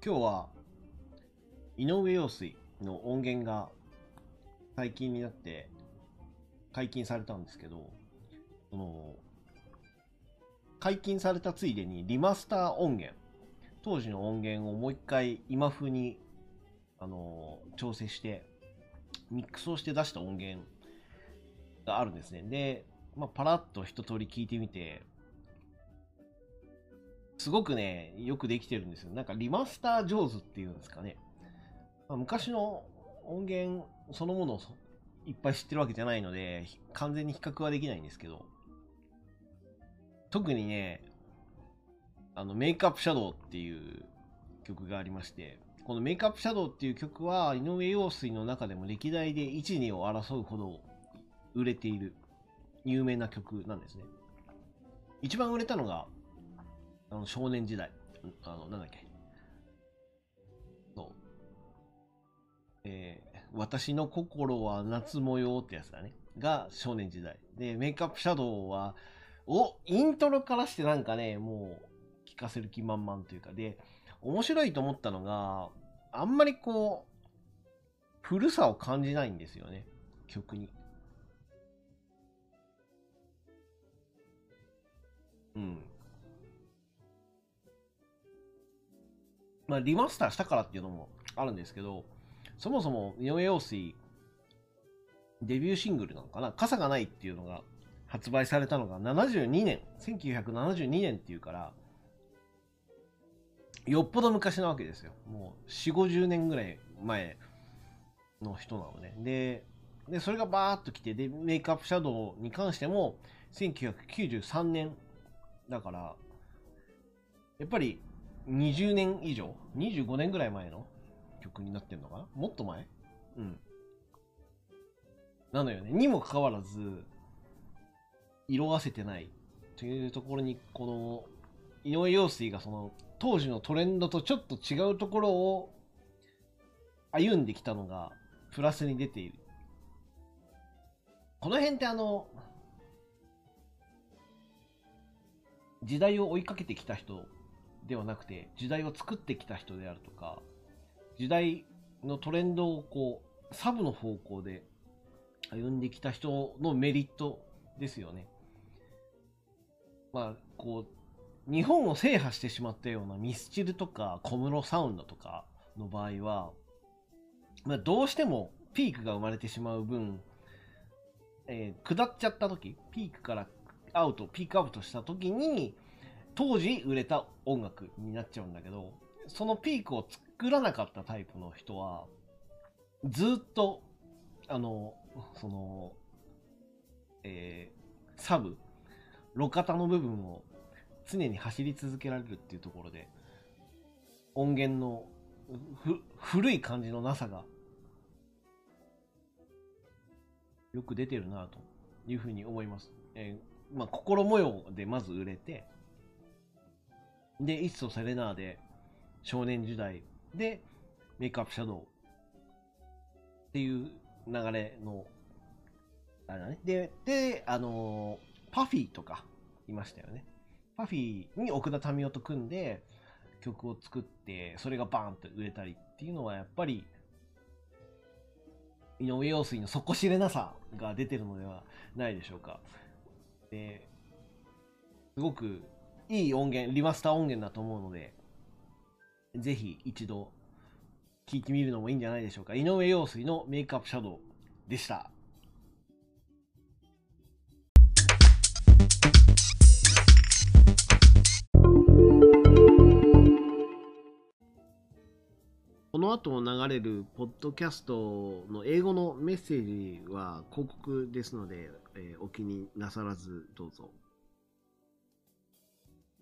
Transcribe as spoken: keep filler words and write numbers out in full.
今日は井上陽水の音源が最近になって解禁されたんですけど、その解禁されたついでにリマスター音源、当時の音源をもう一回今風にあの調整してミックスをして出した音源があるんですね。で、まあ、パラッと一通り聞いてみて、すごくね、よくできてるんですよ。なんかリマスター上手っていうんですかね。まあ、昔の音源そのものをいっぱい知ってるわけじゃないので、完全に比較はできないんですけど、特にね、あのメイクアップシャドウっていう曲がありまして、このメイクアップシャドウっていう曲は井上陽水の中でも歴代でいち、にを争うほど売れている有名な曲なんですね。一番売れたのがあの少年時代、あのなんだっけ、そう、えー、私の心は夏模様ってやつだねが少年時代で、メイクアップシャドウはおイントロからしてなんかね、もう聴かせる気満々というかで、面白いと思ったのがあんまりこう古さを感じないんですよね、曲に。うん。まあリマスターしたからっていうのもあるんですけど、そもそも井上陽水デビューシングルなのかな、傘がないっていうのが発売されたのがななじゅうにねん、せんきゅうひゃくななじゅうにねんっていうから、よっぽど昔なわけですよ。もうよんじゅう、ごじゅうねんぐらい前の人なのね。で、でそれがバーっと来て、で、メイクアップシャドウに関してもせんきゅうひゃくきゅうじゅうさんねんだから、やっぱりにじゅうねん以上、にじゅうごねんぐらい前の曲になってるのかな、もっと前。うん。なのよね。にもかかわらず、色あせてないというところに、この井上陽水がその当時のトレンドとちょっと違うところを歩んできたのがプラスに出ている。この辺ってあの時代を追いかけてきた人ではなくて、時代を作ってきた人であるとか、時代のトレンドをこうサブの方向で歩んできた人のメリットですよね。まあこう日本を制覇してしまったようなミスチルとか小室サウンドとかの場合は、まあ、どうしてもピークが生まれてしまう分、えー下っちゃった時、ピークからアウトピークアウトした時に当時売れた音楽になっちゃうんだけど、そのピークを作らなかったタイプの人はずっとあのその、えーサブ路肩の部分を常に走り続けられるっていうところで、音源の古い感じのなさがよく出てるなというふうに思います。えーまあ、心模様でまず売れて、で、イッソセレナーで少年時代でメイクアップシャドウっていう流れのあれだね。で、で、あのーパフィーとかいましたよね。パフィーに奥田民生と組んで曲を作って、それがバーンと売れたりっていうのはやっぱり井上陽水の底知れなさが出てるのではないでしょうか。ですごくいい音源、リマスター音源だと思うので、ぜひ一度聴いてみるのもいいんじゃないでしょうか。井上陽水のメイクアップシャドウでした。この後流れるポッドキャストの英語のメッセージは広告ですので、えーお気になさらずどうぞ。